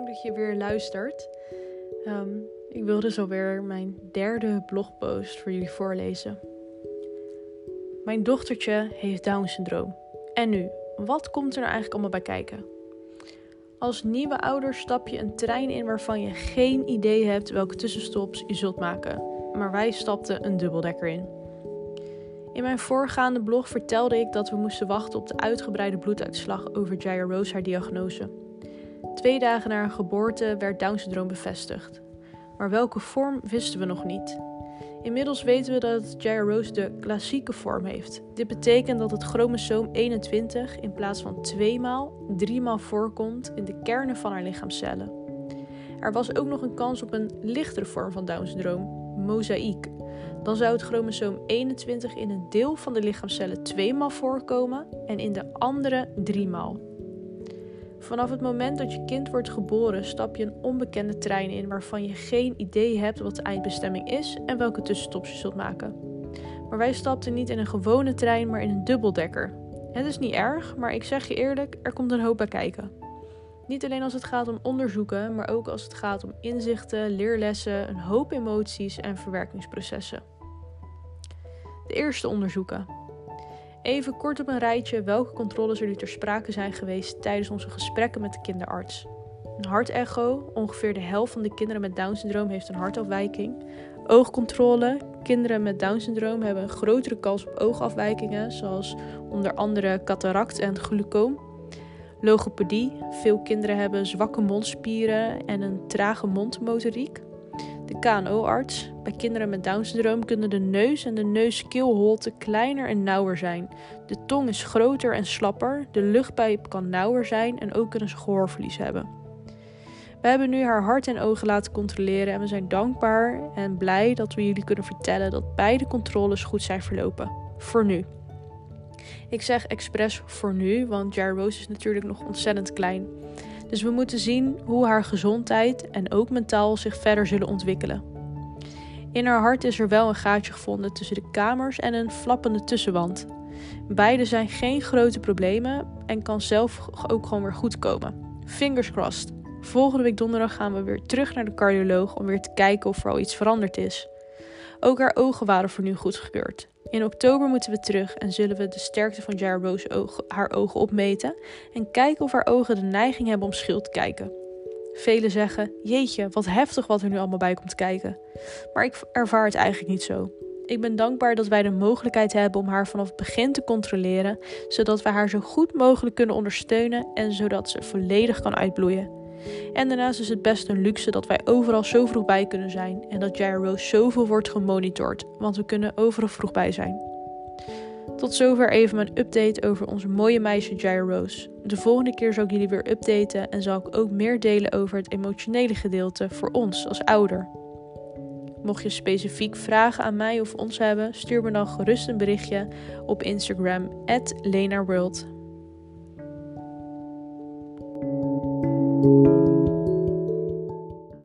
dat je weer luistert. Ik wil dus alweer mijn 3e blogpost voor jullie voorlezen. Mijn dochtertje heeft Down-syndroom. En nu, wat komt er nou eigenlijk allemaal bij kijken? Als nieuwe ouder stap je een trein in waarvan je geen idee hebt welke tussenstops je zult maken. Maar wij stapten een dubbeldekker in. In mijn voorgaande blog vertelde ik dat we moesten wachten op de uitgebreide bloeduitslag over Jaira Rose haar diagnose. 2 dagen na haar geboorte werd Down-syndroom bevestigd. Maar welke vorm wisten we nog niet. Inmiddels weten we dat Jaira Rose de klassieke vorm heeft. Dit betekent dat het chromosoom 21 in plaats van 2 maal, 3 maal voorkomt in de kernen van haar lichaamcellen. Er was ook nog een kans op een lichtere vorm van Down-syndroom, mozaïek. Dan zou het chromosoom 21 in een deel van de lichaamcellen 2 maal voorkomen en in de andere 3 maal. Vanaf het moment dat je kind wordt geboren stap je een onbekende trein in waarvan je geen idee hebt wat de eindbestemming is en welke tussenstops je zult maken. Maar wij stapten niet in een gewone trein, maar in een dubbeldekker. Het is niet erg, maar ik zeg je eerlijk, er komt een hoop bij kijken. Niet alleen als het gaat om onderzoeken, maar ook als het gaat om inzichten, leerlessen, een hoop emoties en verwerkingsprocessen. De eerste onderzoeken. Even kort op een rijtje welke controles er nu ter sprake zijn geweest tijdens onze gesprekken met de kinderarts. Een hartecho, ongeveer de helft van de kinderen met Down-syndroom heeft een hartafwijking. Oogcontrole, kinderen met Down-syndroom hebben een grotere kans op oogafwijkingen, zoals onder andere cataract en glucoom. Logopedie, veel kinderen hebben zwakke mondspieren en een trage mondmotoriek. De KNO-arts, bij kinderen met Down-syndroom kunnen de neus en de neus-keelholte kleiner en nauwer zijn. De tong is groter en slapper, de luchtpijp kan nauwer zijn en ook kunnen ze gehoorverlies hebben. We hebben nu haar hart en ogen laten controleren en we zijn dankbaar en blij dat we jullie kunnen vertellen dat beide controles goed zijn verlopen. Voor nu. Ik zeg expres voor nu, want Jaira Rose is natuurlijk nog ontzettend klein. Dus we moeten zien hoe haar gezondheid en ook mentaal zich verder zullen ontwikkelen. In haar hart is er wel een gaatje gevonden tussen de kamers en een flappende tussenwand. Beide zijn geen grote problemen en kan zelf ook gewoon weer goed komen. Fingers crossed. Volgende week donderdag gaan we weer terug naar de cardioloog om weer te kijken of er al iets veranderd is. Ook haar ogen waren voor nu goedgekeurd. In oktober moeten we terug en zullen we de sterkte van Jaira Rose haar ogen opmeten en kijken of haar ogen de neiging hebben om schil te kijken. Velen zeggen, jeetje, wat heftig wat er nu allemaal bij komt kijken. Maar ik ervaar het eigenlijk niet zo. Ik ben dankbaar dat wij de mogelijkheid hebben om haar vanaf het begin te controleren, zodat we haar zo goed mogelijk kunnen ondersteunen en zodat ze volledig kan uitbloeien. En daarnaast is het best een luxe dat wij overal zo vroeg bij kunnen zijn en dat Jaira Rose zoveel wordt gemonitord, want we kunnen overal vroeg bij zijn. Tot zover even mijn update over onze mooie meisje Jaira Rose. De volgende keer zal ik jullie weer updaten en zal ik ook meer delen over het emotionele gedeelte voor ons als ouder. Mocht je specifiek vragen aan mij of ons hebben, stuur me dan gerust een berichtje op Instagram @lenaworld.